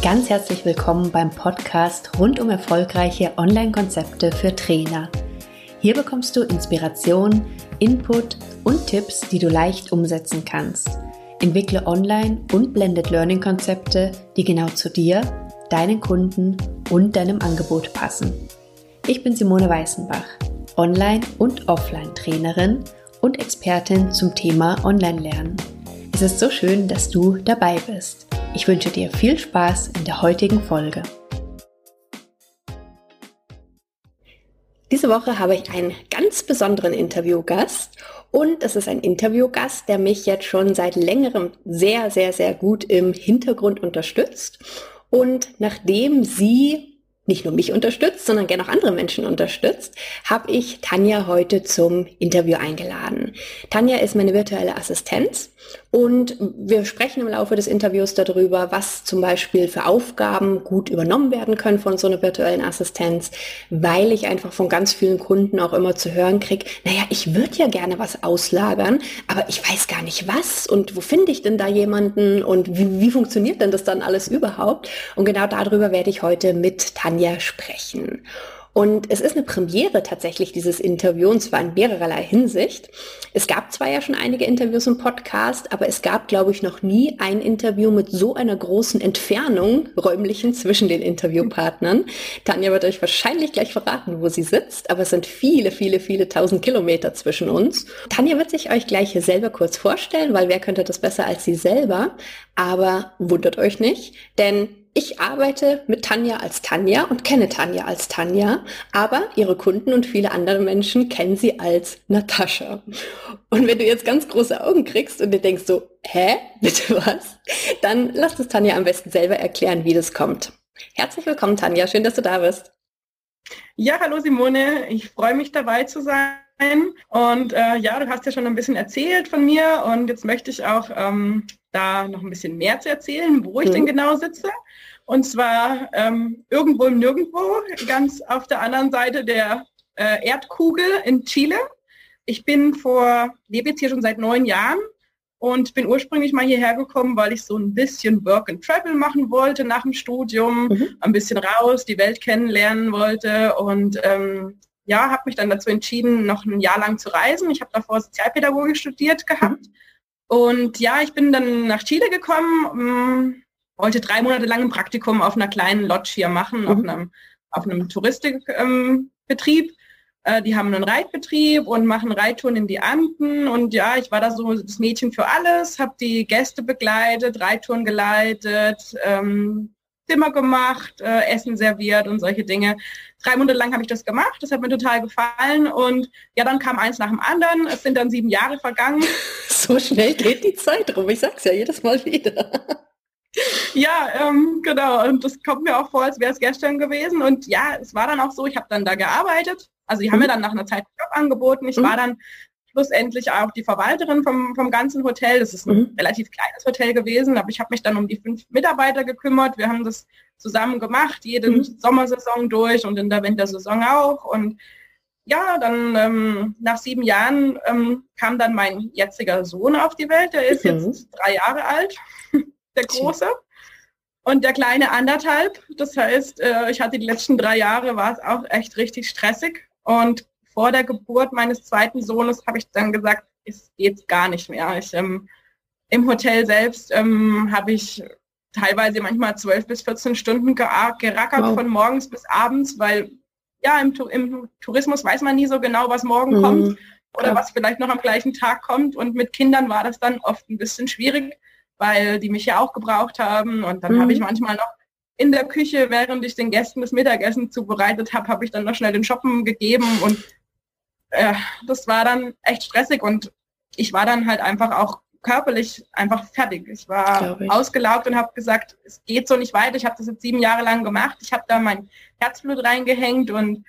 ganz herzlich willkommen beim Podcast rund um erfolgreiche Online-Konzepte für Trainer. Hier bekommst du Inspiration, Input und Tipps, die du leicht umsetzen kannst. Entwickle Online- und Blended Learning-Konzepte, die genau zu dir, deinen Kunden und deinem Angebot passen. Ich bin Simone Weißenbach, Online- und Offline-Trainerin und Expertin zum Thema Online-Lernen. Es ist so schön, dass du dabei bist. Ich wünsche dir viel Spaß in der heutigen Folge. Diese Woche habe ich einen ganz besonderen Interviewgast und es ist ein Interviewgast, der mich jetzt schon seit längerem sehr, sehr, sehr gut im Hintergrund unterstützt. Und nachdem sie nicht nur mich unterstützt, sondern gerne auch andere Menschen unterstützt, habe ich Tanja heute zum Interview eingeladen. Tanja ist meine virtuelle Assistenz und wir sprechen im Laufe des Interviews darüber, was zum Beispiel für Aufgaben gut übernommen werden können von so einer virtuellen Assistenz, weil ich einfach von ganz vielen Kunden auch immer zu hören kriege, naja, ich würde ja gerne was auslagern, aber ich weiß gar nicht was und wo finde ich denn da jemanden und wie funktioniert denn das dann alles überhaupt? Und genau darüber werde ich heute mit Tanja sprechen. Und es ist eine Premiere tatsächlich, dieses Interview, und zwar in mehrererlei Hinsicht. Es gab zwar ja schon einige Interviews im Podcast, aber es gab, glaube ich, noch nie ein Interview mit so einer großen Entfernung räumlichen zwischen den Interviewpartnern. Tanja wird euch wahrscheinlich gleich verraten, wo sie sitzt, aber es sind viele, viele, viele tausend Kilometer zwischen uns. Tanja wird sich euch gleich hier selber kurz vorstellen, weil wer könnte das besser als sie selber? Aber wundert euch nicht, denn ich arbeite mit Tanja als Tanja und kenne Tanja als Tanja, aber ihre Kunden und viele andere Menschen kennen sie als Natascha. Und wenn du jetzt ganz große Augen kriegst und dir denkst so, hä, bitte was? Dann lass es Tanja am besten selber erklären, wie das kommt. Herzlich willkommen, Tanja, schön, dass du da bist. Ja, hallo Simone, ich freue mich dabei zu sein. Und ja, du hast ja schon ein bisschen erzählt von mir und jetzt möchte ich auch da noch ein bisschen mehr zu erzählen, wo ich denn genau sitze. Und zwar irgendwo im Nirgendwo, ganz auf der anderen Seite der Erdkugel in Chile. Ich lebe jetzt hier schon seit 9 Jahren und bin ursprünglich mal hierher gekommen, weil ich so ein bisschen Work and Travel machen wollte nach dem Studium, ein bisschen raus, die Welt kennenlernen wollte und ja, habe mich dann dazu entschieden, noch ein Jahr lang zu reisen. Ich habe davor Sozialpädagogik studiert gehabt. Und ja, ich bin dann nach Chile gekommen, wollte 3 Monate lang ein Praktikum auf einer kleinen Lodge hier machen, auf einem Touristikbetrieb. Die haben einen Reitbetrieb und machen Reittouren in die Anden. Und ja, ich war da so das Mädchen für alles, habe die Gäste begleitet, Reittouren geleitet, Zimmer gemacht, Essen serviert und solche Dinge. 3 Monate lang habe ich das gemacht, das hat mir total gefallen und ja, dann kam eins nach dem anderen, es sind dann 7 Jahre vergangen. So schnell geht die Zeit rum, ich sag's ja jedes Mal wieder. Ja, genau, und das kommt mir auch vor, als wäre es gestern gewesen und ja, es war dann auch so, ich habe dann da gearbeitet, also die haben mir dann nach einer Zeit einen Job angeboten, ich war dann schlussendlich auch die Verwalterin vom ganzen Hotel. Das ist ein relativ kleines Hotel gewesen, aber ich habe mich dann um die 5 Mitarbeiter gekümmert. Wir haben das zusammen gemacht, jede Sommersaison durch und in der Wintersaison auch. Und ja, dann nach 7 Jahren kam dann mein jetziger Sohn auf die Welt. Der ist jetzt 3 Jahre alt, der Große. Und der Kleine 1,5. Das heißt, ich hatte die letzten 3 Jahre, war es auch echt richtig stressig. Und vor der Geburt meines zweiten Sohnes habe ich dann gesagt, es geht gar nicht mehr. Im Hotel selbst habe ich teilweise manchmal 12 bis 14 Stunden gerackert von morgens bis abends, weil ja, im Tourismus weiß man nie so genau, was morgen kommt oder was vielleicht noch am gleichen Tag kommt. Und mit Kindern war das dann oft ein bisschen schwierig, weil die mich ja auch gebraucht haben. Und dann habe ich manchmal noch in der Küche, während ich den Gästen das Mittagessen zubereitet habe, habe ich dann noch schnell den Shoppen gegeben und das war dann echt stressig und ich war dann halt einfach auch körperlich einfach fertig. Ich war ausgelaugt und habe gesagt, es geht so nicht weiter. Ich habe das jetzt 7 Jahre lang gemacht. Ich habe da mein Herzblut reingehängt und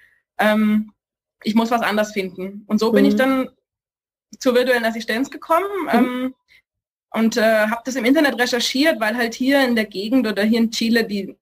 ich muss was anderes finden. Und so bin ich dann zur virtuellen Assistenz gekommen und habe das im Internet recherchiert, weil halt hier in der Gegend oder hier in Chile die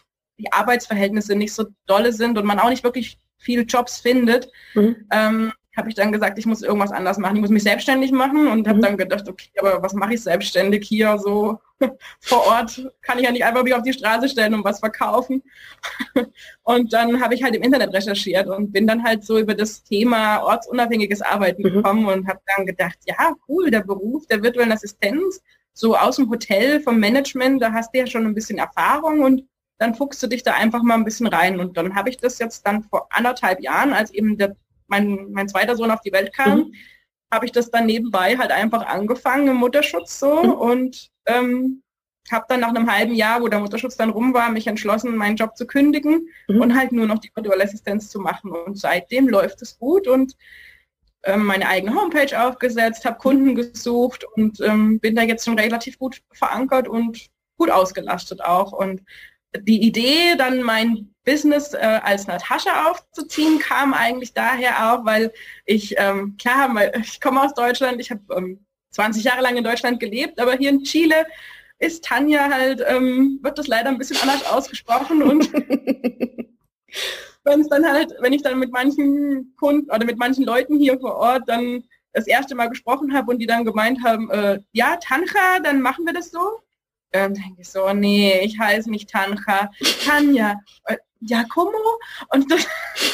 Arbeitsverhältnisse nicht so dolle sind und man auch nicht wirklich viele Jobs findet, habe ich dann gesagt, ich muss irgendwas anders machen. Ich muss mich selbstständig machen und habe dann gedacht, okay, aber was mache ich selbstständig hier so vor Ort? Kann ich ja nicht einfach mich auf die Straße stellen und was verkaufen. Und dann habe ich halt im Internet recherchiert und bin dann halt so über das Thema ortsunabhängiges Arbeiten gekommen und habe dann gedacht, ja, cool, der Beruf der virtuellen Assistenz, so aus dem Hotel, vom Management, da hast du ja schon ein bisschen Erfahrung und dann fuchst du dich da einfach mal ein bisschen rein. Und dann habe ich das jetzt dann vor 1,5 Jahren, als eben mein zweiter Sohn auf die Welt kam, habe ich das dann nebenbei halt einfach angefangen im Mutterschutz so und habe dann nach einem halben Jahr, wo der Mutterschutz dann rum war, mich entschlossen, meinen Job zu kündigen und halt nur noch die virtuelle Assistenz zu machen. Und seitdem läuft es gut und meine eigene Homepage aufgesetzt, habe Kunden gesucht und bin da jetzt schon relativ gut verankert und gut ausgelastet auch. Und die Idee, dann mein Business als Natascha aufzuziehen, kam eigentlich daher auch, weil ich, ich komme aus Deutschland, ich habe 20 Jahre lang in Deutschland gelebt, aber hier in Chile ist Tanja halt, wird das leider ein bisschen anders ausgesprochen und wenn ich dann mit manchen Kunden oder mit manchen Leuten hier vor Ort dann das erste Mal gesprochen habe und die dann gemeint haben, ja, Tanja, dann machen wir das so. Dann denke ich so, nee, ich heiße nicht Tanja, Tanja, Giacomo. Und dann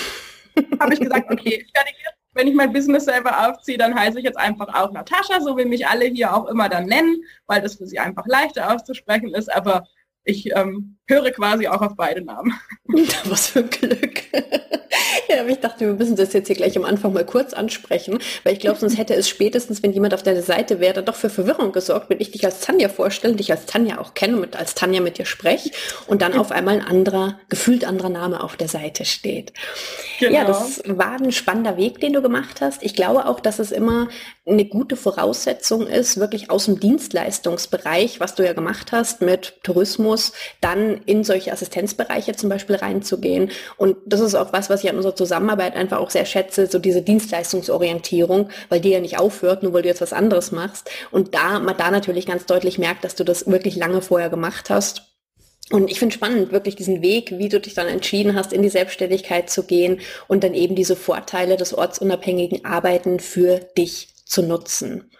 habe ich gesagt, okay, wenn ich mein Business selber aufziehe, dann heiße ich jetzt einfach auch Natascha, so wie mich alle hier auch immer dann nennen, weil das für sie einfach leichter auszusprechen ist, aber ich höre quasi auch auf beide Namen. Was für ein Glück. Ja, aber ich dachte, wir müssen das jetzt hier gleich am Anfang mal kurz ansprechen, weil ich glaube, sonst hätte es spätestens, wenn jemand auf deiner Seite wäre, dann doch für Verwirrung gesorgt, wenn ich dich als Tanja vorstelle, dich als Tanja auch kenne und als Tanja mit dir spreche und dann auf einmal ein gefühlt anderer Name auf der Seite steht. Genau. Ja, das war ein spannender Weg, den du gemacht hast. Ich glaube auch, dass es immer eine gute Voraussetzung ist, wirklich aus dem Dienstleistungsbereich, was du ja gemacht hast mit Tourismus, dann in solche Assistenzbereiche zum Beispiel reinzugehen. Und das ist auch was ich an unserer Zusammenarbeit einfach auch sehr schätze, so diese Dienstleistungsorientierung, weil die ja nicht aufhört, nur weil du jetzt was anderes machst. Und man da natürlich ganz deutlich merkt, dass du das wirklich lange vorher gemacht hast. Und ich finde spannend, wirklich diesen Weg, wie du dich dann entschieden hast, in die Selbstständigkeit zu gehen und dann eben diese Vorteile des ortsunabhängigen Arbeiten für dich zu nutzen.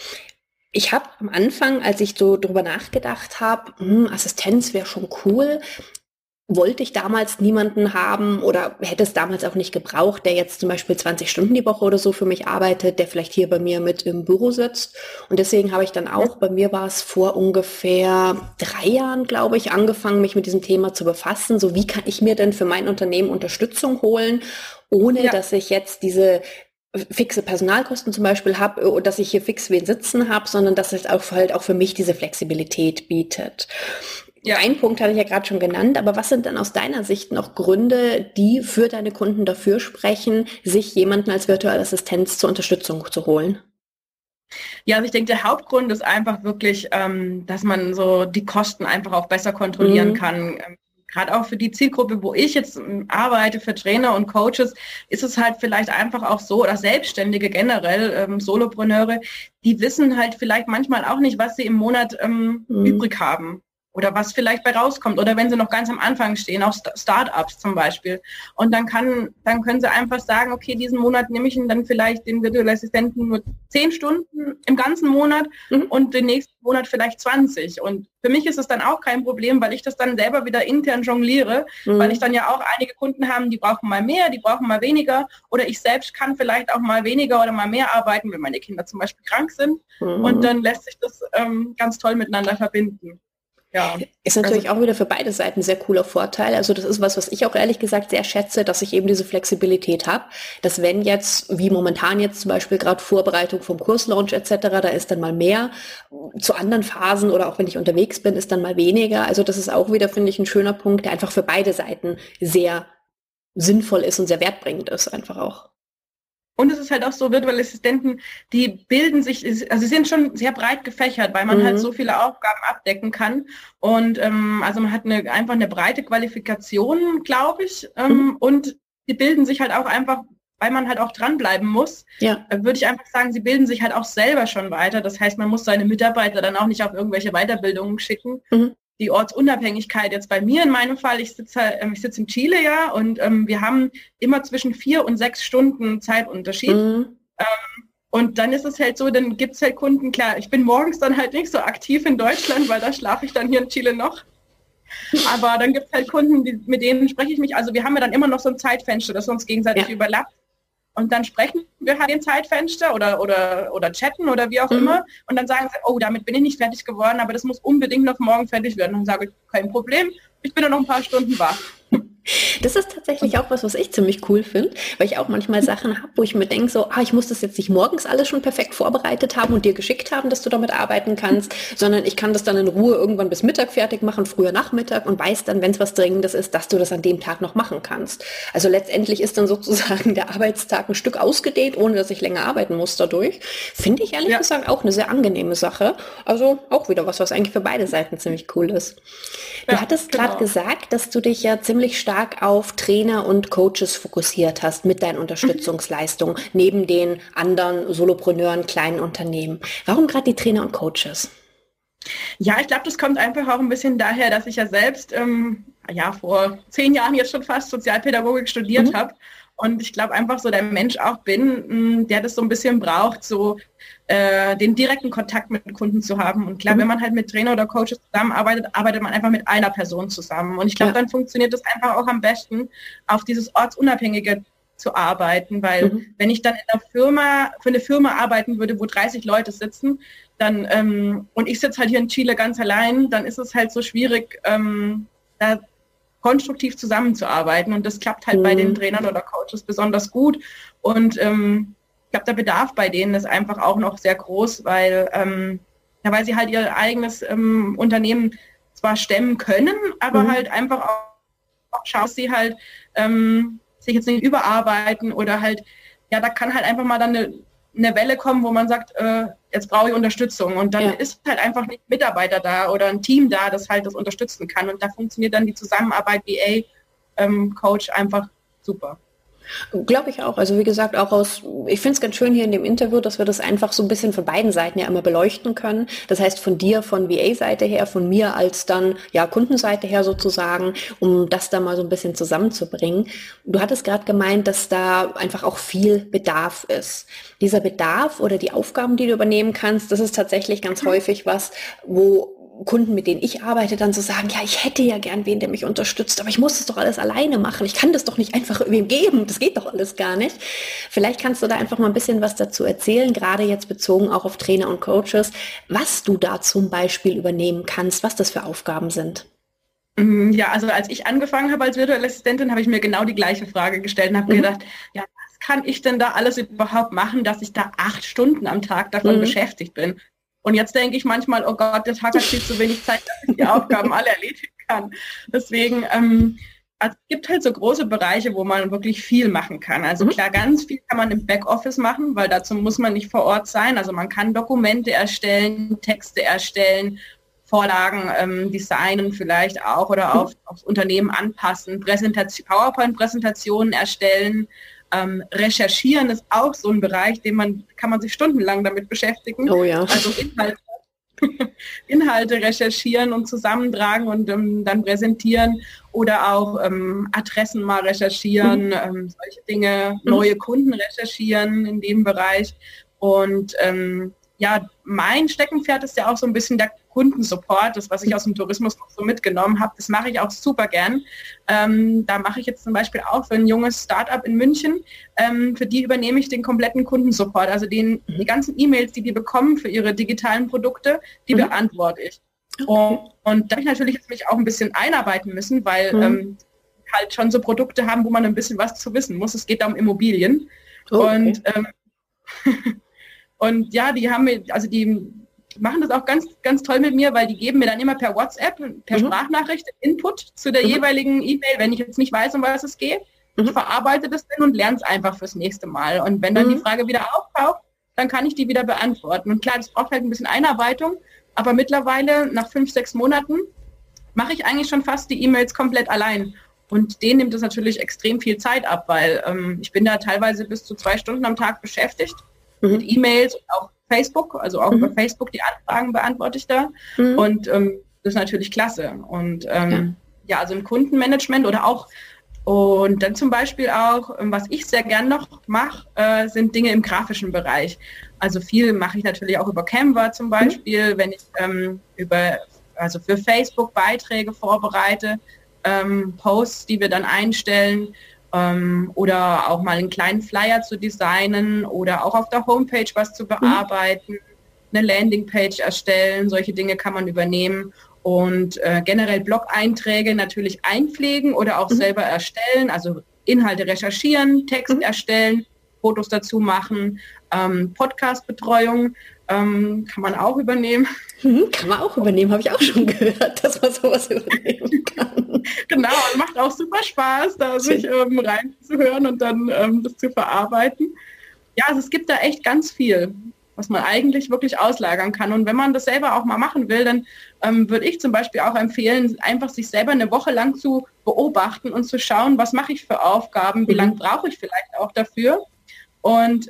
Ich habe am Anfang, als ich so drüber nachgedacht habe, Assistenz wäre schon cool, wollte ich damals niemanden haben oder hätte es damals auch nicht gebraucht, der jetzt zum Beispiel 20 Stunden die Woche oder so für mich arbeitet, der vielleicht hier bei mir mit im Büro sitzt. Und deswegen habe ich dann auch, bei mir war es vor ungefähr 3 Jahren, glaube ich, angefangen, mich mit diesem Thema zu befassen. So, wie kann ich mir denn für mein Unternehmen Unterstützung holen, ohne dass ich jetzt diese fixe Personalkosten zum Beispiel habe und dass ich hier fix wen sitzen habe, sondern dass es auch für mich diese Flexibilität bietet. Ja. Ein Punkt hatte ich ja gerade schon genannt, aber was sind denn aus deiner Sicht noch Gründe, die für deine Kunden dafür sprechen, sich jemanden als virtuelle Assistenz zur Unterstützung zu holen? Ja, also ich denke, der Hauptgrund ist einfach wirklich, dass man so die Kosten einfach auch besser kontrollieren kann. Gerade auch für die Zielgruppe, wo ich jetzt arbeite, für Trainer und Coaches, ist es halt vielleicht einfach auch so, oder Selbstständige generell, Solopreneure, die wissen halt vielleicht manchmal auch nicht, was sie im Monat übrig haben. Oder was vielleicht bei rauskommt. Oder wenn sie noch ganz am Anfang stehen, auch Startups zum Beispiel. Und dann können sie einfach sagen, okay, diesen Monat nehme ich dann vielleicht den virtuellen Assistenten nur 10 Stunden im ganzen Monat und den nächsten Monat vielleicht 20. Und für mich ist es dann auch kein Problem, weil ich das dann selber wieder intern jongliere, weil ich dann ja auch einige Kunden habe, die brauchen mal mehr, die brauchen mal weniger. Oder ich selbst kann vielleicht auch mal weniger oder mal mehr arbeiten, wenn meine Kinder zum Beispiel krank sind. Und dann lässt sich das ganz toll miteinander verbinden. Ja. Ist natürlich auch wieder für beide Seiten ein sehr cooler Vorteil. Also das ist was ich auch ehrlich gesagt sehr schätze, dass ich eben diese Flexibilität habe, dass wenn jetzt, wie momentan jetzt zum Beispiel gerade Vorbereitung vom Kurslaunch etc., da ist dann mal mehr, zu anderen Phasen oder auch wenn ich unterwegs bin, ist dann mal weniger. Also das ist auch wieder, finde ich, ein schöner Punkt, der einfach für beide Seiten sehr sinnvoll ist und sehr wertbringend ist einfach auch. Und es ist halt auch so, virtuelle Assistenten, die bilden sich, also sie sind schon sehr breit gefächert, weil man halt so viele Aufgaben abdecken kann. Und also man hat einfach eine breite Qualifikation, glaube ich. Und die bilden sich halt auch einfach, weil man halt auch dranbleiben muss, würde ich einfach sagen, sie bilden sich halt auch selber schon weiter. Das heißt, man muss seine Mitarbeiter dann auch nicht auf irgendwelche Weiterbildungen schicken, die Ortsunabhängigkeit jetzt bei mir in meinem Fall, ich sitze in Chile, ja, und wir haben immer zwischen 4 und 6 Stunden Zeitunterschied. Und dann ist es halt so, dann gibt es halt Kunden, klar, ich bin morgens dann halt nicht so aktiv in Deutschland, weil da schlafe ich dann hier in Chile noch. Aber dann gibt es halt Kunden, mit denen spreche ich mich, also wir haben ja dann immer noch so ein Zeitfenster, das uns gegenseitig überlappt. Und dann sprechen wir halt im Zeitfenster oder chatten oder wie auch immer. Und dann sagen sie, oh, damit bin ich nicht fertig geworden, aber das muss unbedingt noch morgen fertig werden. Und dann sage ich, kein Problem, ich bin ja noch ein paar Stunden wach. Das ist tatsächlich auch was ich ziemlich cool finde, weil ich auch manchmal Sachen habe, wo ich mir denke, so, ich muss das jetzt nicht morgens alles schon perfekt vorbereitet haben und dir geschickt haben, dass du damit arbeiten kannst, sondern ich kann das dann in Ruhe irgendwann bis Mittag fertig machen, früher Nachmittag und weiß dann, wenn es was Dringendes ist, dass du das an dem Tag noch machen kannst. Also letztendlich ist dann sozusagen der Arbeitstag ein Stück ausgedehnt, ohne dass ich länger arbeiten muss dadurch. Finde ich ehrlich gesagt auch eine sehr angenehme Sache. Also auch wieder was eigentlich für beide Seiten ziemlich cool ist. Du hattest gerade gesagt, dass du dich ja ziemlich stark auf Trainer und Coaches fokussiert hast mit deinen Unterstützungsleistungen, neben den anderen Solopreneuren, kleinen Unternehmen. Warum gerade die Trainer und Coaches? Ja, ich glaube, das kommt einfach auch ein bisschen daher, dass ich ja selbst vor 10 Jahren jetzt schon fast Sozialpädagogik studiert habe. Und ich glaube einfach so der Mensch auch bin, der das so ein bisschen braucht, so den direkten Kontakt mit Kunden zu haben. Und klar, wenn man halt mit Trainer oder Coaches zusammenarbeitet, arbeitet man einfach mit einer Person zusammen. Und ich glaube, dann funktioniert es einfach auch am besten, auf dieses Ortsunabhängige zu arbeiten, weil wenn ich dann für eine Firma arbeiten würde, wo 30 Leute sitzen, dann und ich sitze halt hier in Chile ganz allein, dann ist es halt so schwierig, da konstruktiv zusammenzuarbeiten, und das klappt halt bei den Trainern oder Coaches besonders gut. Und ich glaube, der Bedarf bei denen ist einfach auch noch sehr groß, weil sie halt ihr eigenes Unternehmen zwar stemmen können, aber halt einfach auch schauen, sie halt sich jetzt nicht überarbeiten oder halt, da kann halt einfach mal dann eine Welle kommen, wo man sagt, jetzt brauche ich Unterstützung, und dann ist halt einfach nicht ein Mitarbeiter da oder ein Team da, das halt das unterstützen kann, und da funktioniert dann die Zusammenarbeit VA Coach einfach super. Glaube ich auch. Also wie gesagt, ich finde es ganz schön hier in dem Interview, dass wir das einfach so ein bisschen von beiden Seiten ja immer beleuchten können. Das heißt von dir, von VA-Seite her, von mir als dann Kundenseite her sozusagen, um das da mal so ein bisschen zusammenzubringen. Du hattest gerade gemeint, dass da einfach auch viel Bedarf ist. Dieser Bedarf oder die Aufgaben, die du übernehmen kannst, das ist tatsächlich ganz häufig was, wo Kunden, mit denen ich arbeite, dann so sagen, ich hätte ja gern wen, der mich unterstützt, aber ich muss das doch alles alleine machen. Ich kann das doch nicht einfach wem geben. Das geht doch alles gar nicht. Vielleicht kannst du da einfach mal ein bisschen was dazu erzählen, gerade jetzt bezogen auch auf Trainer und Coaches, was du da zum Beispiel übernehmen kannst, was das für Aufgaben sind. Ja, also als ich angefangen habe als virtuelle Assistentin, habe ich mir genau die gleiche Frage gestellt und habe gedacht, was kann ich denn da alles überhaupt machen, dass ich da 8 Stunden am Tag davon beschäftigt bin? Und jetzt denke ich manchmal, oh Gott, der Tag hat viel zu wenig Zeit, dass ich die Aufgaben alle erledigen kann. Deswegen, es gibt halt so große Bereiche, wo man wirklich viel machen kann. Also klar, ganz viel kann man im Backoffice machen, weil dazu muss man nicht vor Ort sein. Also man kann Dokumente erstellen, Texte erstellen, Vorlagen designen vielleicht auch oder aufs Unternehmen anpassen, PowerPoint-Präsentationen erstellen. Recherchieren ist auch so ein Bereich, kann man sich stundenlang damit beschäftigen. Oh ja. Also Inhalte recherchieren und zusammentragen und dann präsentieren oder auch Adressen mal recherchieren, solche Dinge, neue Kunden recherchieren in dem Bereich. Und mein Steckenpferd ist ja auch so ein bisschen der Kundensupport, das, was ich aus dem Tourismus noch so mitgenommen habe, das mache ich auch super gern. Da mache ich jetzt zum Beispiel auch für ein junges Startup in München, für die übernehme ich den kompletten Kundensupport, also die ganzen E-Mails, die bekommen für ihre digitalen Produkte, die beantworte ich. Okay. Und da habe ich natürlich jetzt mich auch ein bisschen einarbeiten müssen, weil halt schon so Produkte haben, wo man ein bisschen was zu wissen muss. Es geht da um Immobilien. Okay. Und die machen das auch ganz, ganz toll mit mir, weil die geben mir dann immer per WhatsApp, per Sprachnachricht Input zu der jeweiligen E-Mail, wenn ich jetzt nicht weiß, um was es geht. Ich verarbeite das dann und lerne es einfach fürs nächste Mal. Und wenn dann die Frage wieder auftaucht, dann kann ich die wieder beantworten. Und klar, das braucht halt ein bisschen Einarbeitung, aber mittlerweile, nach 5, 6 Monaten, mache ich eigentlich schon fast die E-Mails komplett allein. Und denen nimmt es natürlich extrem viel Zeit ab, weil ich bin da teilweise bis zu 2 Stunden am Tag beschäftigt mit E-Mails und auch Facebook, also auch über Facebook die Anfragen beantworte ich da. Und das ist natürlich klasse. Und ja, also im Kundenmanagement oder auch, und dann zum Beispiel auch, was ich sehr gern noch mache, sind Dinge im grafischen Bereich. Also viel mache ich natürlich auch über Canva zum Beispiel, wenn ich also für Facebook Beiträge vorbereite, Posts, die wir dann einstellen, oder auch mal einen kleinen Flyer zu designen oder auch auf der Homepage was zu bearbeiten, eine Landingpage erstellen, solche Dinge kann man übernehmen. Und generell Blog-Einträge natürlich einpflegen oder auch selber erstellen, also Inhalte recherchieren, Text erstellen, Fotos dazu machen, Podcast-Betreuung kann man auch übernehmen. Kann man auch übernehmen, habe ich auch schon gehört, dass man sowas übernehmen kann. Genau, und macht auch super Spaß, da sich reinzuhören und dann das zu verarbeiten. Ja, also es gibt da echt ganz viel, was man eigentlich wirklich auslagern kann. Und wenn man das selber auch mal machen will, dann würde ich zum Beispiel auch empfehlen, einfach sich selber eine Woche lang zu beobachten und zu schauen, was mache ich für Aufgaben, wie lange brauche ich vielleicht auch dafür und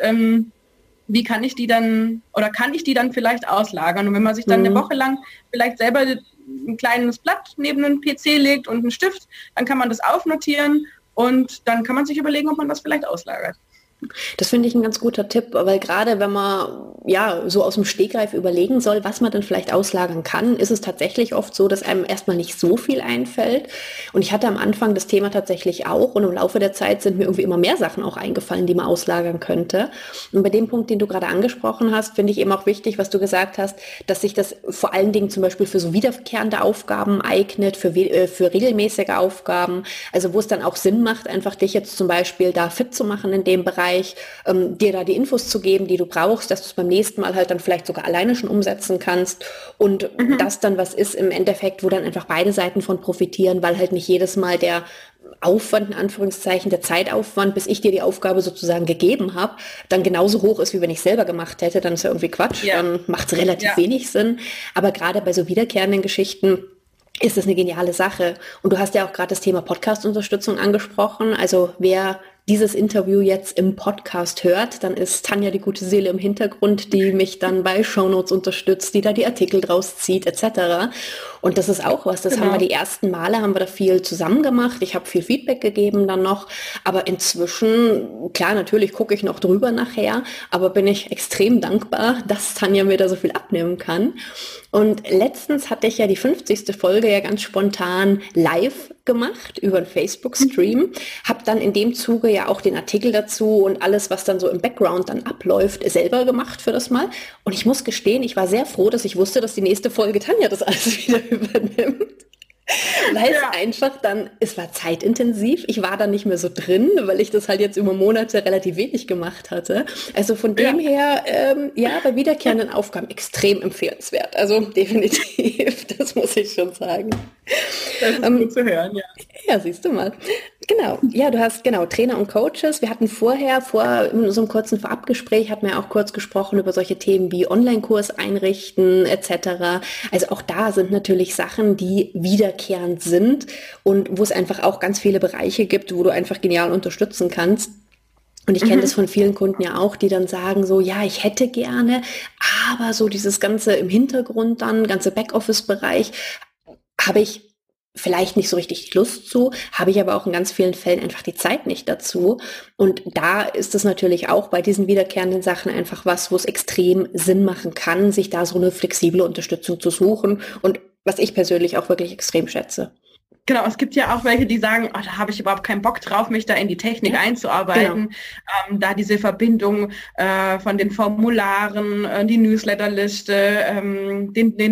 wie kann ich die dann vielleicht auslagern. Und wenn man sich dann eine Woche lang vielleicht selber ein kleines Blatt neben den PC legt und einen Stift, dann kann man das aufnotieren und dann kann man sich überlegen, ob man das vielleicht auslagert. Das finde ich ein ganz guter Tipp, weil gerade wenn man ja so aus dem Stegreif überlegen soll, was man dann vielleicht auslagern kann, ist es tatsächlich oft so, dass einem erstmal nicht so viel einfällt. Und ich hatte am Anfang das Thema tatsächlich auch und im Laufe der Zeit sind mir irgendwie immer mehr Sachen auch eingefallen, die man auslagern könnte. Und bei dem Punkt, den du gerade angesprochen hast, finde ich eben auch wichtig, was du gesagt hast, dass sich das vor allen Dingen zum Beispiel für so wiederkehrende Aufgaben eignet, für regelmäßige Aufgaben, also wo es dann auch Sinn macht, einfach dich jetzt zum Beispiel da fit zu machen in dem Bereich, dir da die Infos zu geben, die du brauchst, dass du es beim nächsten Mal halt dann vielleicht sogar alleine schon umsetzen kannst und das dann was ist im Endeffekt, wo dann einfach beide Seiten von profitieren, weil halt nicht jedes Mal der Aufwand, in Anführungszeichen, der Zeitaufwand, bis ich dir die Aufgabe sozusagen gegeben habe, dann genauso hoch ist, wie wenn ich selber gemacht hätte, dann ist ja irgendwie Quatsch, dann macht es relativ wenig Sinn. Aber gerade bei so wiederkehrenden Geschichten ist das eine geniale Sache. Und du hast ja auch gerade das Thema Podcast-Unterstützung angesprochen. Also wer dieses Interview jetzt im Podcast hört, dann ist Tanja die gute Seele im Hintergrund, die mich dann bei Shownotes unterstützt, die da die Artikel draus zieht, etc. Und das ist auch was, das haben wir die ersten Male, haben wir da viel zusammen gemacht. Ich habe viel Feedback gegeben dann noch, aber inzwischen, klar, natürlich gucke ich noch drüber nachher, aber bin ich extrem dankbar, dass Tanja mir da so viel abnehmen kann. Und letztens hatte ich ja die 50. Folge ja ganz spontan live gemacht über einen Facebook-Stream, habe dann in dem Zuge ja auch den Artikel dazu und alles, was dann so im Background dann abläuft, selber gemacht für das Mal. Und ich muss gestehen, ich war sehr froh, dass ich wusste, dass die nächste Folge Tanja das alles wieder übernimmt. Weil es einfach dann, es war zeitintensiv, ich war da nicht mehr so drin, weil ich das halt jetzt über Monate relativ wenig gemacht hatte. Also von dem her, bei wiederkehrenden Aufgaben extrem empfehlenswert. Also definitiv, das muss ich schon sagen. Das ist gut zu hören, ja. Ja, siehst du mal. Genau, ja, du hast Trainer und Coaches. Wir hatten vor so einem kurzen Vorabgespräch, hatten wir auch kurz gesprochen über solche Themen wie Online-Kurs einrichten etc. Also auch da sind natürlich Sachen, die wiederkehrend sind und wo es einfach auch ganz viele Bereiche gibt, wo du einfach genial unterstützen kannst. Und ich kenne das von vielen Kunden ja auch, die dann sagen so, ja, ich hätte gerne, aber so dieses ganze im Hintergrund dann, ganze Backoffice-Bereich, habe ich vielleicht nicht so richtig Lust zu, habe ich aber auch in ganz vielen Fällen einfach die Zeit nicht dazu. Und da ist es natürlich auch bei diesen wiederkehrenden Sachen einfach was, wo es extrem Sinn machen kann, sich da so eine flexible Unterstützung zu suchen und was ich persönlich auch wirklich extrem schätze. Genau, es gibt ja auch welche, die sagen, oh, da habe ich überhaupt keinen Bock drauf, mich da in die Technik einzuarbeiten. Genau. Da diese Verbindung von den Formularen, die Newsletterliste,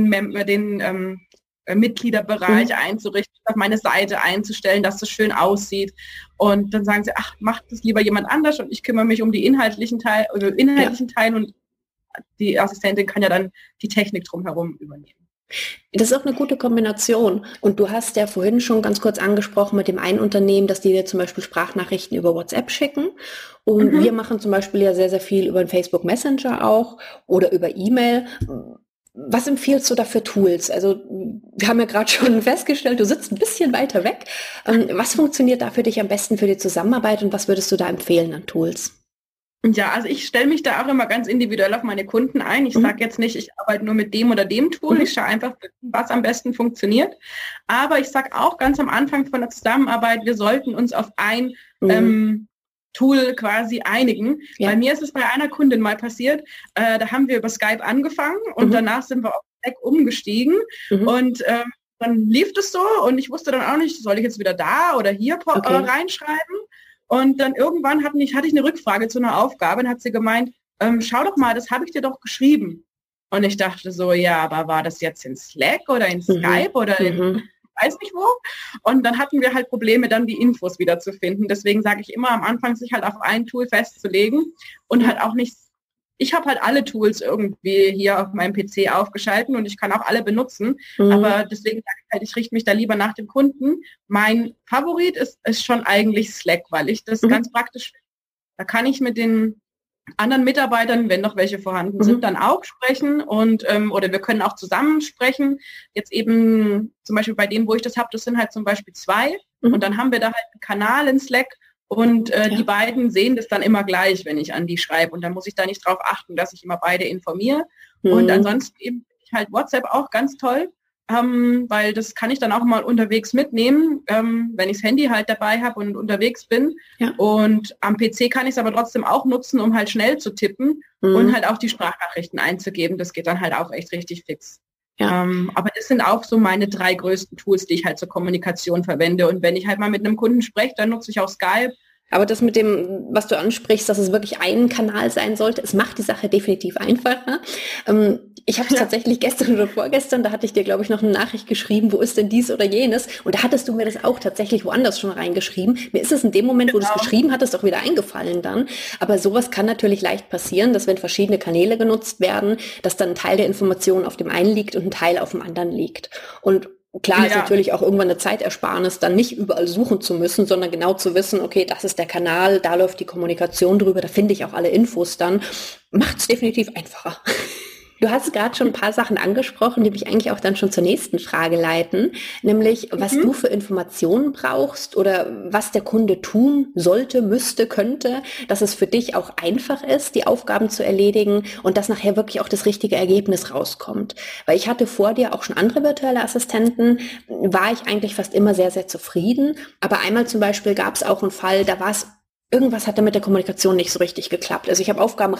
den Mitgliederbereich einzurichten, auf meine Seite einzustellen, dass das schön aussieht. Und dann sagen sie, ach, macht das lieber jemand anders und ich kümmere mich um die inhaltlichen Teile und die Assistentin kann ja dann die Technik drumherum übernehmen. Das ist auch eine gute Kombination. Und du hast ja vorhin schon ganz kurz angesprochen mit dem einen Unternehmen, dass die dir zum Beispiel Sprachnachrichten über WhatsApp schicken. Und wir machen zum Beispiel ja sehr, sehr viel über den Facebook Messenger auch oder über E-Mail. Was empfiehlst du da für Tools? Also wir haben ja gerade schon festgestellt, du sitzt ein bisschen weiter weg. Was funktioniert da für dich am besten für die Zusammenarbeit und was würdest du da empfehlen an Tools? Ja, also ich stelle mich da auch immer ganz individuell auf meine Kunden ein. Ich sage jetzt nicht, ich arbeite nur mit dem oder dem Tool. Ich schaue einfach, was am besten funktioniert. Aber ich sage auch ganz am Anfang von der Zusammenarbeit, wir sollten uns auf ein Tool quasi einigen. Ja. Bei mir ist es bei einer Kundin mal passiert, da haben wir über Skype angefangen und danach sind wir auf Slack umgestiegen und dann lief das so und ich wusste dann auch nicht, soll ich jetzt wieder da oder hier reinschreiben? Und dann irgendwann hatte ich eine Rückfrage zu einer Aufgabe und hat sie gemeint, schau doch mal, das habe ich dir doch geschrieben. Und ich dachte so, ja, aber war das jetzt in Slack oder in Skype oder in weiß nicht wo? Und dann hatten wir halt Probleme, dann die Infos wieder zu finden. Deswegen sage ich immer am Anfang, sich halt auf ein Tool festzulegen und halt auch nicht, ich habe halt alle Tools irgendwie hier auf meinem PC aufgeschalten und ich kann auch alle benutzen, aber deswegen sage ich halt, ich richte mich da lieber nach dem Kunden. Mein Favorit ist schon eigentlich Slack, weil ich das ganz praktisch finde. Da kann ich mit den anderen Mitarbeitern, wenn noch welche vorhanden sind, dann auch sprechen und oder wir können auch zusammen sprechen. Jetzt eben zum Beispiel bei denen, wo ich das habe, das sind halt zum Beispiel 2 und dann haben wir da halt einen Kanal in Slack und die beiden sehen das dann immer gleich, wenn ich an die schreibe und dann muss ich da nicht drauf achten, dass ich immer beide informiere. Und ansonsten eben ich halt WhatsApp auch ganz toll, weil das kann ich dann auch mal unterwegs mitnehmen, wenn ich das Handy halt dabei habe und unterwegs bin. Ja. Und am PC kann ich es aber trotzdem auch nutzen, um halt schnell zu tippen und halt auch die Sprachnachrichten einzugeben. Das geht dann halt auch echt richtig fix. Ja. Aber das sind auch so meine 3 größten Tools, die ich halt zur Kommunikation verwende. Und wenn ich halt mal mit einem Kunden spreche, dann nutze ich auch Skype. Aber das mit dem, was du ansprichst, dass es wirklich ein Kanal sein sollte, es macht die Sache definitiv einfacher. Ich habe es tatsächlich gestern oder vorgestern, da hatte ich dir, glaube ich, noch eine Nachricht geschrieben, wo ist denn dies oder jenes? Und da hattest du mir das auch tatsächlich woanders schon reingeschrieben. Mir ist es in dem Moment, wo du es geschrieben hattest, auch wieder eingefallen dann. Aber sowas kann natürlich leicht passieren, dass wenn verschiedene Kanäle genutzt werden, dass dann ein Teil der Informationen auf dem einen liegt und ein Teil auf dem anderen liegt. Und klar ist natürlich auch irgendwann eine Zeitersparnis, dann nicht überall suchen zu müssen, sondern genau zu wissen, okay, das ist der Kanal, da läuft die Kommunikation drüber, da finde ich auch alle Infos dann. Macht es definitiv einfacher. Du hast gerade schon ein paar Sachen angesprochen, die mich eigentlich auch dann schon zur nächsten Frage leiten, nämlich was du für Informationen brauchst oder was der Kunde tun sollte, müsste, könnte, dass es für dich auch einfach ist, die Aufgaben zu erledigen und dass nachher wirklich auch das richtige Ergebnis rauskommt. Weil ich hatte vor dir auch schon andere virtuelle Assistenten, war ich eigentlich fast immer sehr, sehr zufrieden. Aber einmal zum Beispiel gab es auch einen Fall, da war es irgendwas hat da mit der Kommunikation nicht so richtig geklappt. Also ich habe Aufgaben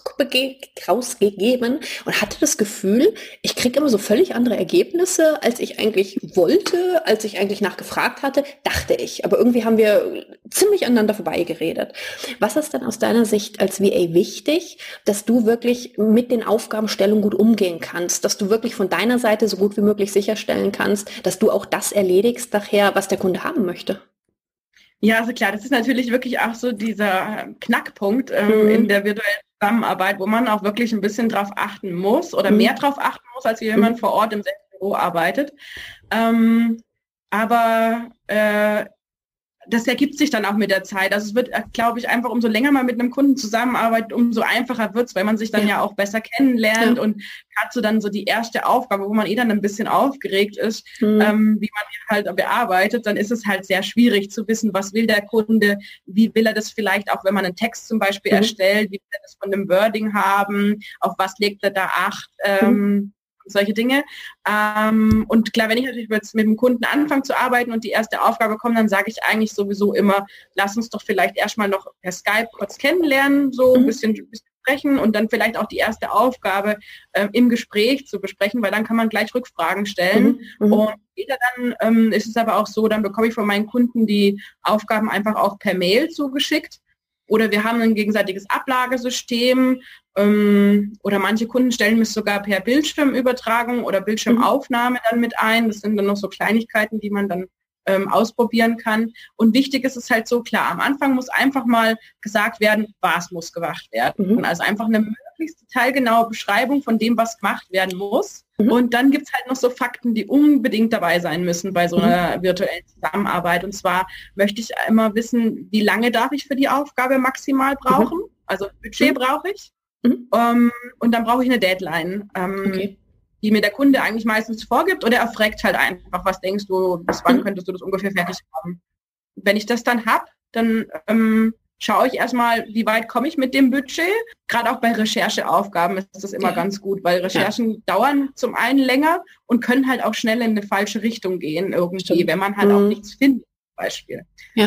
rausgegeben und hatte das Gefühl, ich kriege immer so völlig andere Ergebnisse, als ich eigentlich wollte, als ich eigentlich nachgefragt hatte, dachte ich. Aber irgendwie haben wir ziemlich aneinander vorbeigeredet. Was ist denn aus deiner Sicht als VA wichtig, dass du wirklich mit den Aufgabenstellungen gut umgehen kannst, dass du wirklich von deiner Seite so gut wie möglich sicherstellen kannst, dass du auch das erledigst nachher, was der Kunde haben möchte? Ja, also klar, das ist natürlich wirklich auch so dieser Knackpunkt in der virtuellen Zusammenarbeit, wo man auch wirklich ein bisschen drauf achten muss oder mehr drauf achten muss, als wenn man vor Ort im selben Büro arbeitet. Aber das ergibt sich dann auch mit der Zeit. Also es wird, glaube ich, einfach umso länger man mit einem Kunden zusammenarbeitet, umso einfacher wird es, weil man sich dann ja auch besser kennenlernt und hat so dann so die erste Aufgabe, wo man dann ein bisschen aufgeregt ist, wie man die halt bearbeitet, dann ist es halt sehr schwierig zu wissen, was will der Kunde, wie will er das vielleicht auch, wenn man einen Text zum Beispiel erstellt, wie will er das von dem Wording haben, auf was legt er da Acht, solche Dinge. Und klar, wenn ich natürlich jetzt mit dem Kunden anfange zu arbeiten und die erste Aufgabe kommt, dann sage ich eigentlich sowieso immer, lass uns doch vielleicht erstmal noch per Skype kurz kennenlernen, so ein bisschen sprechen und dann vielleicht auch die erste Aufgabe im Gespräch zu besprechen, weil dann kann man gleich Rückfragen stellen. Und später dann ist es aber auch so, dann bekomme ich von meinen Kunden die Aufgaben einfach auch per Mail zugeschickt. Oder wir haben ein gegenseitiges Ablagesystem oder manche Kunden stellen mich sogar per Bildschirmübertragung oder Bildschirmaufnahme dann mit ein. Das sind dann noch so Kleinigkeiten, die man dann ausprobieren kann. Und wichtig ist es halt so, klar, am Anfang muss einfach mal gesagt werden, was muss gemacht werden. Also einfach eine möglichst detailgenaue Beschreibung von dem, was gemacht werden muss. Und dann gibt es halt noch so Fakten, die unbedingt dabei sein müssen bei so einer virtuellen Zusammenarbeit. Und zwar möchte ich immer wissen, wie lange darf ich für die Aufgabe maximal brauchen? Also Budget brauche ich. Und dann brauche ich eine Deadline, die mir der Kunde eigentlich meistens vorgibt. Oder er fragt halt einfach, was denkst du, bis wann könntest du das ungefähr fertig haben? Wenn ich das dann habe, dann schaue ich erstmal, wie weit komme ich mit dem Budget. Gerade auch bei Rechercheaufgaben ist das immer ganz gut, weil Recherchen dauern zum einen länger und können halt auch schnell in eine falsche Richtung gehen irgendwie, wenn man halt auch nichts findet, zum Beispiel. Ja.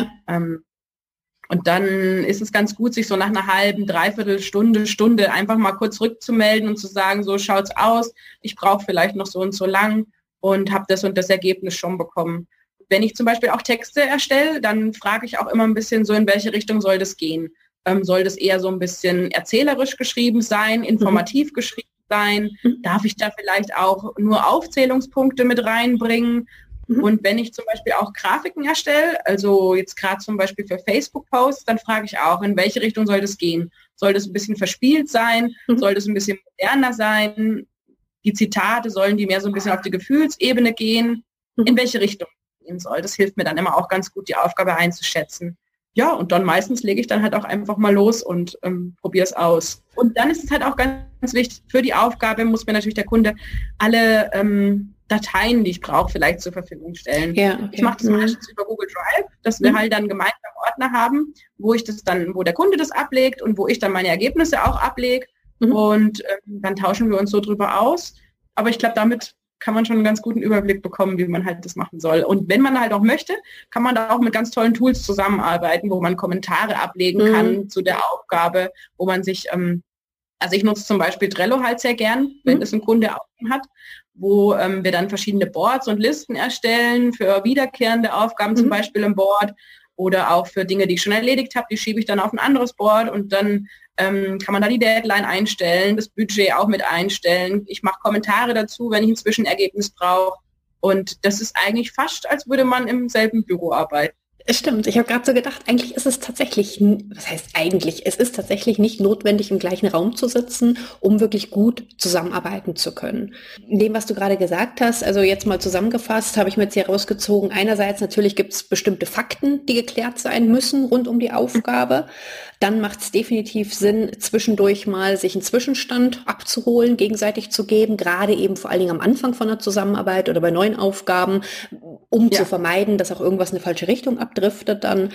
Und dann ist es ganz gut, sich so nach einer halben, dreiviertel Stunde einfach mal kurz rückzumelden und zu sagen, so schaut's aus, ich brauche vielleicht noch so und so lang und habe das und das Ergebnis schon bekommen. Wenn ich zum Beispiel auch Texte erstelle, dann frage ich auch immer ein bisschen so, in welche Richtung soll das gehen? Soll das eher so ein bisschen erzählerisch geschrieben sein, informativ geschrieben sein? Darf ich da vielleicht auch nur Aufzählungspunkte mit reinbringen? Und wenn ich zum Beispiel auch Grafiken erstelle, also jetzt gerade zum Beispiel für Facebook-Posts, dann frage ich auch, in welche Richtung soll das gehen? Soll das ein bisschen verspielt sein? Soll das ein bisschen moderner sein? Die Zitate, sollen die mehr so ein bisschen auf die Gefühlsebene gehen? In welche Richtung gehen soll? Das hilft mir dann immer auch ganz gut, die Aufgabe einzuschätzen. Ja, und dann meistens lege ich dann halt auch einfach mal los und probiere es aus. Und dann ist es halt auch ganz wichtig, für die Aufgabe muss mir natürlich der Kunde alle Dateien, die ich brauche, vielleicht zur Verfügung stellen. Ja, okay. Ich mache das meistens über Google Drive, dass wir halt dann gemeinsam Ordner haben, wo der Kunde das ablegt und wo ich dann meine Ergebnisse auch ablege. Und dann tauschen wir uns so drüber aus. Aber ich glaube, damit kann man schon einen ganz guten Überblick bekommen, wie man halt das machen soll. Und wenn man halt auch möchte, kann man da auch mit ganz tollen Tools zusammenarbeiten, wo man Kommentare ablegen kann zu der Aufgabe, wo man sich, also ich nutze zum Beispiel Trello halt sehr gern, wenn es ein Kunde auch hat, wo wir dann verschiedene Boards und Listen erstellen für wiederkehrende Aufgaben, zum Beispiel im Board oder auch für Dinge, die ich schon erledigt habe, die schiebe ich dann auf ein anderes Board und dann kann man da die Deadline einstellen, das Budget auch mit einstellen. Ich mache Kommentare dazu, wenn ich ein Zwischenergebnis brauche. Und das ist eigentlich fast, als würde man im selben Büro arbeiten. Stimmt, ich habe gerade so gedacht, eigentlich ist es tatsächlich, was heißt eigentlich, es ist tatsächlich nicht notwendig, im gleichen Raum zu sitzen, um wirklich gut zusammenarbeiten zu können. In dem, was du gerade gesagt hast, also jetzt mal zusammengefasst, habe ich mir jetzt hier rausgezogen, einerseits natürlich gibt es bestimmte Fakten, die geklärt sein müssen rund um die Aufgabe. Dann macht es definitiv Sinn, zwischendurch mal sich einen Zwischenstand abzuholen, gegenseitig zu geben, gerade eben vor allen Dingen am Anfang von der Zusammenarbeit oder bei neuen Aufgaben, um zu vermeiden, dass auch irgendwas in eine falsche Richtung abdriftet. Dann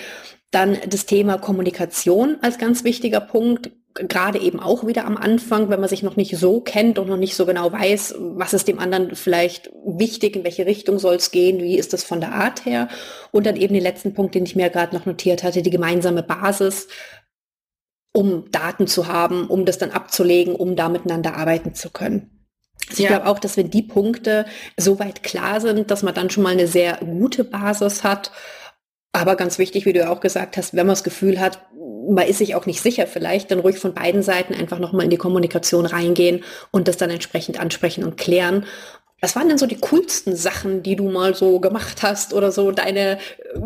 das Thema Kommunikation als ganz wichtiger Punkt, gerade eben auch wieder am Anfang, wenn man sich noch nicht so kennt und noch nicht so genau weiß, was ist dem anderen vielleicht wichtig, in welche Richtung soll es gehen, wie ist das von der Art her. Und dann eben den letzten Punkt, den ich mir gerade noch notiert hatte, die gemeinsame Basis, um Daten zu haben, um das dann abzulegen, um da miteinander arbeiten zu können. Also ich glaube auch, dass wenn die Punkte soweit klar sind, dass man dann schon mal eine sehr gute Basis hat. Aber ganz wichtig, wie du ja auch gesagt hast, wenn man das Gefühl hat, man ist sich auch nicht sicher vielleicht, dann ruhig von beiden Seiten einfach nochmal in die Kommunikation reingehen und das dann entsprechend ansprechen und klären. Was waren denn so die coolsten Sachen, die du mal so gemacht hast oder so deine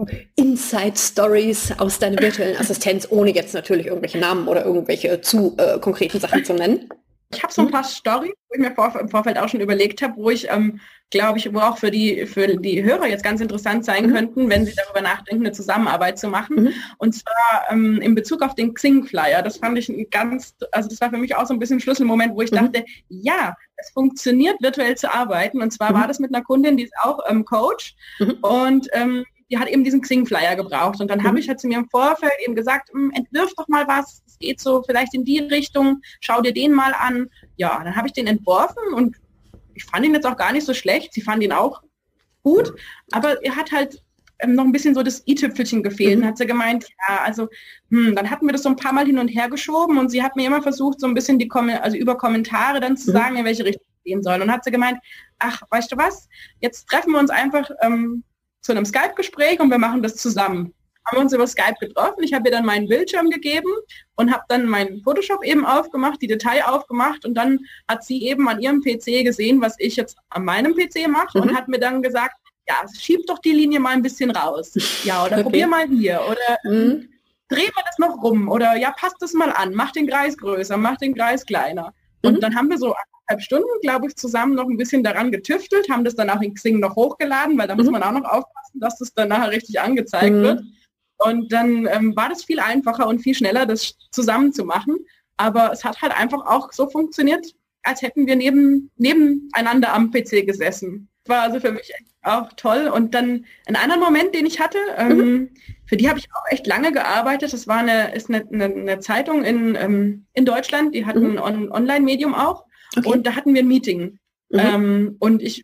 Inside-Stories aus deiner virtuellen Assistenz, ohne jetzt natürlich irgendwelche Namen oder irgendwelche zu konkreten Sachen zu nennen? Ich habe so ein paar Storys, wo ich mir im Vorfeld auch schon überlegt habe, wo ich, glaube ich, wo auch für die Hörer jetzt ganz interessant sein könnten, wenn sie darüber nachdenken, eine Zusammenarbeit zu machen. Und zwar in Bezug auf den Xing-Flyer. Das fand ich das war für mich auch so ein bisschen ein Schlüsselmoment, wo ich dachte, ja, es funktioniert, virtuell zu arbeiten. Und zwar war das mit einer Kundin, die ist auch Coach und die hat eben diesen Xing-Flyer gebraucht. Und dann habe ich halt zu mir im Vorfeld eben gesagt, entwirf doch mal was, es geht so vielleicht in die Richtung, schau dir den mal an. Ja, dann habe ich den entworfen und ich fand ihn jetzt auch gar nicht so schlecht. Sie fand ihn auch gut, aber er hat halt noch ein bisschen so das i-Tüpfelchen gefehlt. Dann hat sie gemeint, ja, also dann hatten wir das so ein paar Mal hin und her geschoben und sie hat mir immer versucht, so ein bisschen über Kommentare dann zu sagen, in welche Richtung es gehen soll. Und hat sie gemeint, ach, weißt du was, jetzt treffen wir uns einfach zu einem Skype-Gespräch und wir machen das zusammen. Haben wir uns über Skype getroffen, ich habe ihr dann meinen Bildschirm gegeben und habe dann meinen Photoshop eben aufgemacht, die Datei aufgemacht und dann hat sie eben an ihrem PC gesehen, was ich jetzt an meinem PC mache und hat mir dann gesagt, ja, schieb doch die Linie mal ein bisschen raus. Ja, oder probier mal hier oder dreh mal das noch rum oder ja, passt das mal an, mach den Kreis größer, mach den Kreis kleiner. Und dann haben wir so 1,5 Stunden, glaube ich, zusammen noch ein bisschen daran getüftelt, haben das dann auch in Xing noch hochgeladen, weil da muss man auch noch aufpassen, dass das dann nachher richtig angezeigt wird. Und dann war das viel einfacher und viel schneller, das zusammen zu machen. Aber es hat halt einfach auch so funktioniert, als hätten wir nebeneinander am PC gesessen. War also für mich auch toll. Und dann einen anderen Moment, den ich hatte, für die habe ich auch echt lange gearbeitet. Das war eine Zeitung in Deutschland, die hat ein Online-Medium auch. Okay. Und da hatten wir ein Meeting. Und ich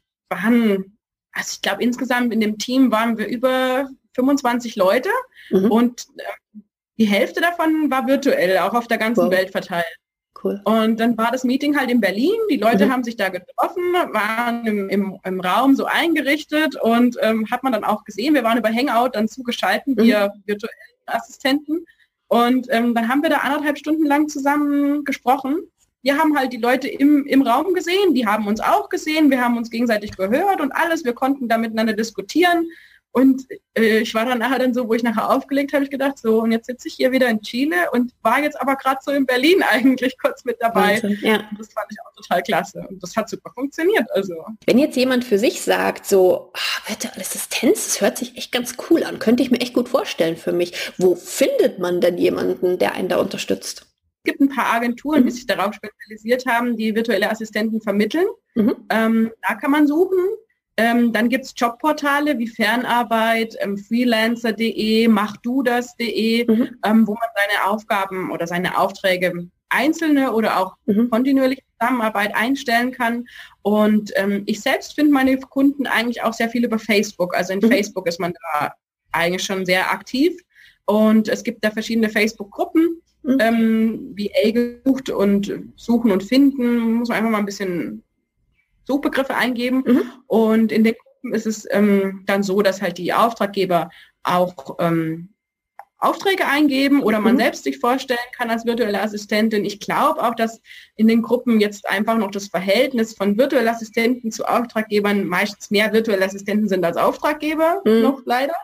glaube insgesamt in dem Team waren wir über 25 Leute und die Hälfte davon war virtuell, auch auf der ganzen Welt verteilt. Cool. Und dann war das Meeting halt in Berlin, die Leute haben sich da getroffen, waren im Raum so eingerichtet und hat man dann auch gesehen, wir waren über Hangout dann zugeschaltet, wir virtuellen Assistenten und dann haben wir da 1,5 Stunden lang zusammen gesprochen. Wir haben halt die Leute im Raum gesehen, die haben uns auch gesehen, wir haben uns gegenseitig gehört und alles, wir konnten da miteinander diskutieren. Und ich war dann nachher so, wo ich nachher aufgelegt habe, ich gedacht, so, und jetzt sitze ich hier wieder in Chile und war jetzt aber gerade so in Berlin eigentlich kurz mit dabei. Ja. Und das fand ich auch total klasse. Und das hat super funktioniert. Also. Wenn jetzt jemand für sich sagt, so, virtuelle Assistenz, das hört sich echt ganz cool an, könnte ich mir echt gut vorstellen für mich. Wo findet man denn jemanden, der einen da unterstützt? Es gibt ein paar Agenturen, die sich darauf spezialisiert haben, die virtuelle Assistenten vermitteln. Da kann man suchen. Dann gibt es Jobportale wie Fernarbeit, freelancer.de, machdudas.de, wo man seine Aufgaben oder seine Aufträge einzelne oder auch kontinuierliche Zusammenarbeit einstellen kann. Und ich selbst finde meine Kunden eigentlich auch sehr viel über Facebook. Also in Facebook ist man da eigentlich schon sehr aktiv. Und es gibt da verschiedene Facebook-Gruppen, wie gesucht und suchen und finden. Muss man einfach mal ein bisschen Suchbegriffe eingeben und in den Gruppen ist es dann so, dass halt die Auftraggeber auch Aufträge eingeben oder man selbst sich vorstellen kann als virtuelle Assistentin. Ich glaube auch, dass in den Gruppen jetzt einfach noch das Verhältnis von virtuellen Assistenten zu Auftraggebern meistens mehr virtuelle Assistenten sind als Auftraggeber, noch leider.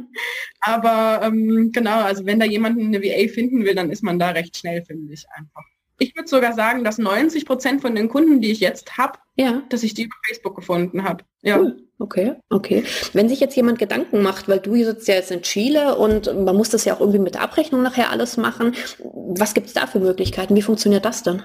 Aber genau, also wenn da jemanden eine VA finden will, dann ist man da recht schnell, finde ich einfach. Ich würde sogar sagen, dass 90% von den Kunden, die ich jetzt habe, dass ich die über Facebook gefunden habe. Ja. Cool. Okay. Wenn sich jetzt jemand Gedanken macht, weil du sitzt ja jetzt in Chile und man muss das ja auch irgendwie mit der Abrechnung nachher alles machen, was gibt es da für Möglichkeiten? Wie funktioniert das denn?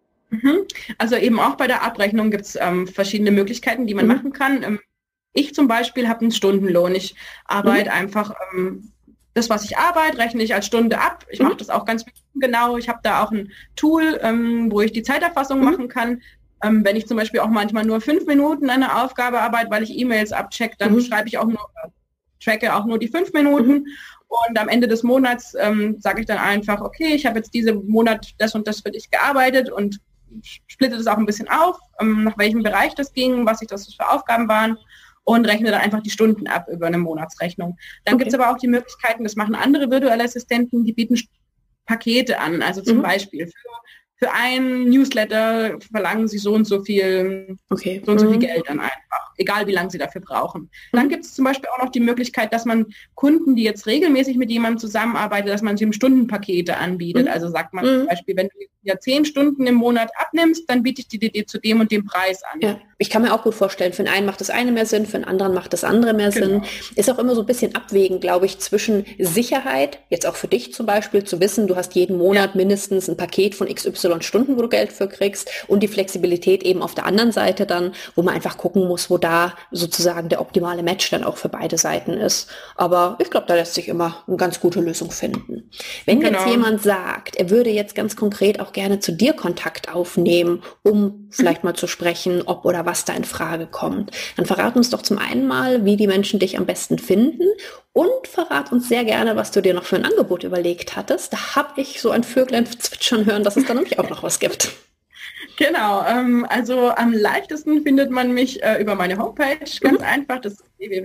Also eben auch bei der Abrechnung gibt es verschiedene Möglichkeiten, die man machen kann. Ich zum Beispiel habe einen Stundenlohn. Ich arbeite einfach... das, was ich arbeite, rechne ich als Stunde ab. Ich mache das auch ganz genau. Ich habe da auch ein Tool, wo ich die Zeiterfassung machen kann. Wenn ich zum Beispiel auch manchmal nur 5 Minuten an einer Aufgabe arbeite, weil ich E-Mails abchecke, dann schreibe ich auch nur, tracke auch nur die 5 Minuten. Und am Ende des Monats sage ich dann einfach, okay, ich habe jetzt diesen Monat das und das für dich gearbeitet und splitte das auch ein bisschen auf, nach welchem Bereich das ging, was das für Aufgaben waren. Und rechne dann einfach die Stunden ab über eine Monatsrechnung. Dann gibt es aber auch die Möglichkeiten, das machen andere virtuelle Assistenten, die bieten Pakete an. Also zum Beispiel für einen Newsletter verlangen sie so und so viel, so und so viel Geld dann einfach, egal wie lange sie dafür brauchen. Dann gibt es zum Beispiel auch noch die Möglichkeit, dass man Kunden, die jetzt regelmäßig mit jemandem zusammenarbeitet, dass man sie Stundenpakete anbietet. Also sagt man zum Beispiel, wenn du ja 10 Stunden im Monat abnimmst, dann biete ich dir zu dem und dem Preis an. Ja. Ich kann mir auch gut vorstellen, für den einen macht das eine mehr Sinn, für den anderen macht das andere mehr Sinn. Ist auch immer so ein bisschen abwägen, glaube ich, zwischen Sicherheit, jetzt auch für dich zum Beispiel, zu wissen, du hast jeden Monat mindestens ein Paket von XY Stunden, wo du Geld für kriegst, und die Flexibilität eben auf der anderen Seite dann, wo man einfach gucken muss, wo da sozusagen der optimale Match dann auch für beide Seiten ist. Aber ich glaube, da lässt sich immer eine ganz gute Lösung finden. Wenn jetzt jemand sagt, er würde jetzt ganz konkret auch gerne zu dir Kontakt aufnehmen, um vielleicht mal zu sprechen, ob oder was da in Frage kommt, dann verrat uns doch zum einen mal, wie die Menschen dich am besten finden, und verrat uns sehr gerne, was du dir noch für ein Angebot überlegt hattest. Da habe ich so ein Vöglein zwitschern hören, dass es da nämlich auch noch was gibt. Genau, also am leichtesten findet man mich über meine Homepage, ganz einfach, das ist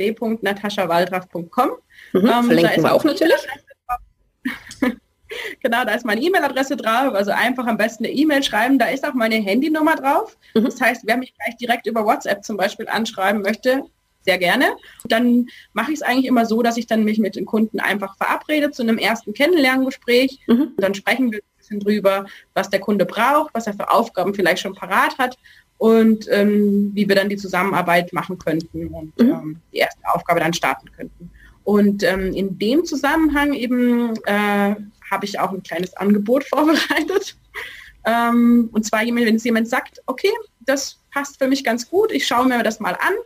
www.nataschawaldraff.com. Verlinken wir auch natürlich. Genau, da ist meine E-Mail-Adresse drauf, also einfach am besten eine E-Mail schreiben, da ist auch meine Handynummer drauf. Das heißt, wer mich gleich direkt über WhatsApp zum Beispiel anschreiben möchte, sehr gerne. Dann mache ich es eigentlich immer so, dass ich dann mich mit den Kunden einfach verabrede zu einem ersten Kennenlerngespräch. Und dann sprechen wir ein bisschen drüber, was der Kunde braucht, was er für Aufgaben vielleicht schon parat hat und wie wir dann die Zusammenarbeit machen könnten und die erste Aufgabe dann starten könnten. Und in dem Zusammenhang eben habe ich auch ein kleines Angebot vorbereitet. Und zwar, wenn es jemand sagt, okay, das passt für mich ganz gut, ich schaue mir das mal an,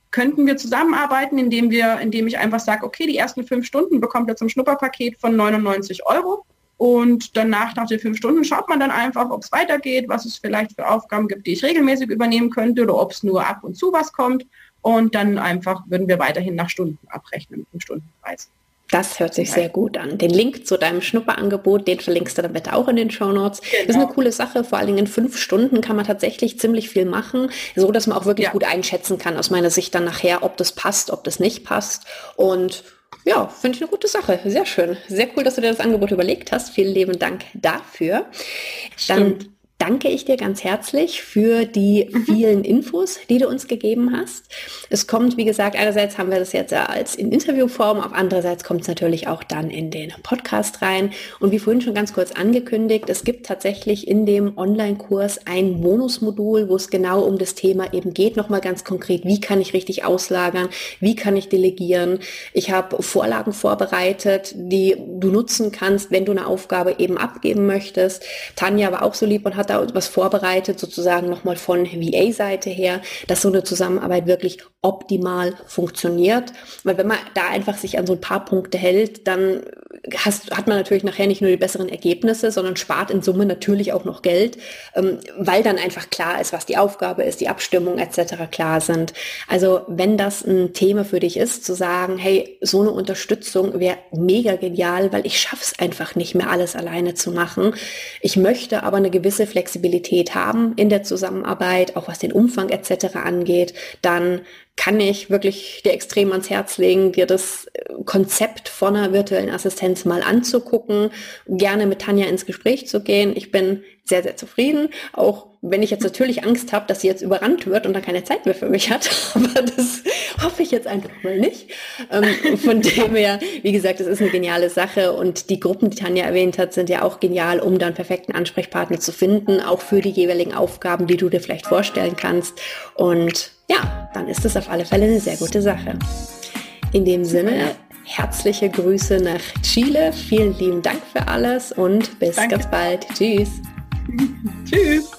könnten wir zusammenarbeiten, indem ich einfach sage, okay, die ersten 5 Stunden bekommt ihr zum Schnupperpaket von 99 € und danach, nach den 5 Stunden, schaut man dann einfach, ob es weitergeht, was es vielleicht für Aufgaben gibt, die ich regelmäßig übernehmen könnte oder ob es nur ab und zu was kommt und dann einfach würden wir weiterhin nach Stunden abrechnen, mit dem Stundenpreis. Das hört sich sehr gut an. Den Link zu deinem Schnupperangebot, den verlinkst du dann bitte auch in den Shownotes. Genau. Das ist eine coole Sache. Vor allen Dingen in 5 Stunden kann man tatsächlich ziemlich viel machen, so dass man auch wirklich gut einschätzen kann, aus meiner Sicht dann nachher, ob das passt, ob das nicht passt. Und ja, finde ich eine gute Sache. Sehr schön. Sehr cool, dass du dir das Angebot überlegt hast. Vielen lieben Dank dafür. Dann danke ich dir ganz herzlich für die vielen Infos, die du uns gegeben hast. Es kommt, wie gesagt, einerseits haben wir das jetzt als in Interviewform, auf andererseits kommt es natürlich auch dann in den Podcast rein. Und wie vorhin schon ganz kurz angekündigt, es gibt tatsächlich in dem Online-Kurs ein Bonusmodul, wo es genau um das Thema eben geht, nochmal ganz konkret, wie kann ich richtig auslagern, wie kann ich delegieren. Ich habe Vorlagen vorbereitet, die du nutzen kannst, wenn du eine Aufgabe eben abgeben möchtest. Tanja war auch so lieb und hat da was vorbereitet, sozusagen nochmal von VA-Seite her, dass so eine Zusammenarbeit wirklich optimal funktioniert. Weil wenn man da einfach sich an so ein paar Punkte hält, dann hat man natürlich nachher nicht nur die besseren Ergebnisse, sondern spart in Summe natürlich auch noch Geld, weil dann einfach klar ist, was die Aufgabe ist, die Abstimmung etc. klar sind. Also wenn das ein Thema für dich ist, zu sagen, hey, so eine Unterstützung wäre mega genial, weil ich schaffe es einfach nicht mehr, alles alleine zu machen. Ich möchte aber eine gewisse Flexibilität haben in der Zusammenarbeit, auch was den Umfang etc. angeht, dann kann ich wirklich dir extrem ans Herz legen, dir das Konzept von einer virtuellen Assistenz mal anzugucken, gerne mit Tanja ins Gespräch zu gehen. Ich bin sehr, sehr zufrieden, auch wenn ich jetzt natürlich Angst habe, dass sie jetzt überrannt wird und dann keine Zeit mehr für mich hat, aber das hoffe ich jetzt einfach mal nicht. Von dem her, wie gesagt, es ist eine geniale Sache und die Gruppen, die Tanja erwähnt hat, sind ja auch genial, um dann perfekten Ansprechpartner zu finden, auch für die jeweiligen Aufgaben, die du dir vielleicht vorstellen kannst. Und ja, dann ist das auf alle Fälle eine sehr gute Sache. In dem Sinne, herzliche Grüße nach Chile. Vielen lieben Dank für alles und bis ganz bald. Tschüss. Tschüss.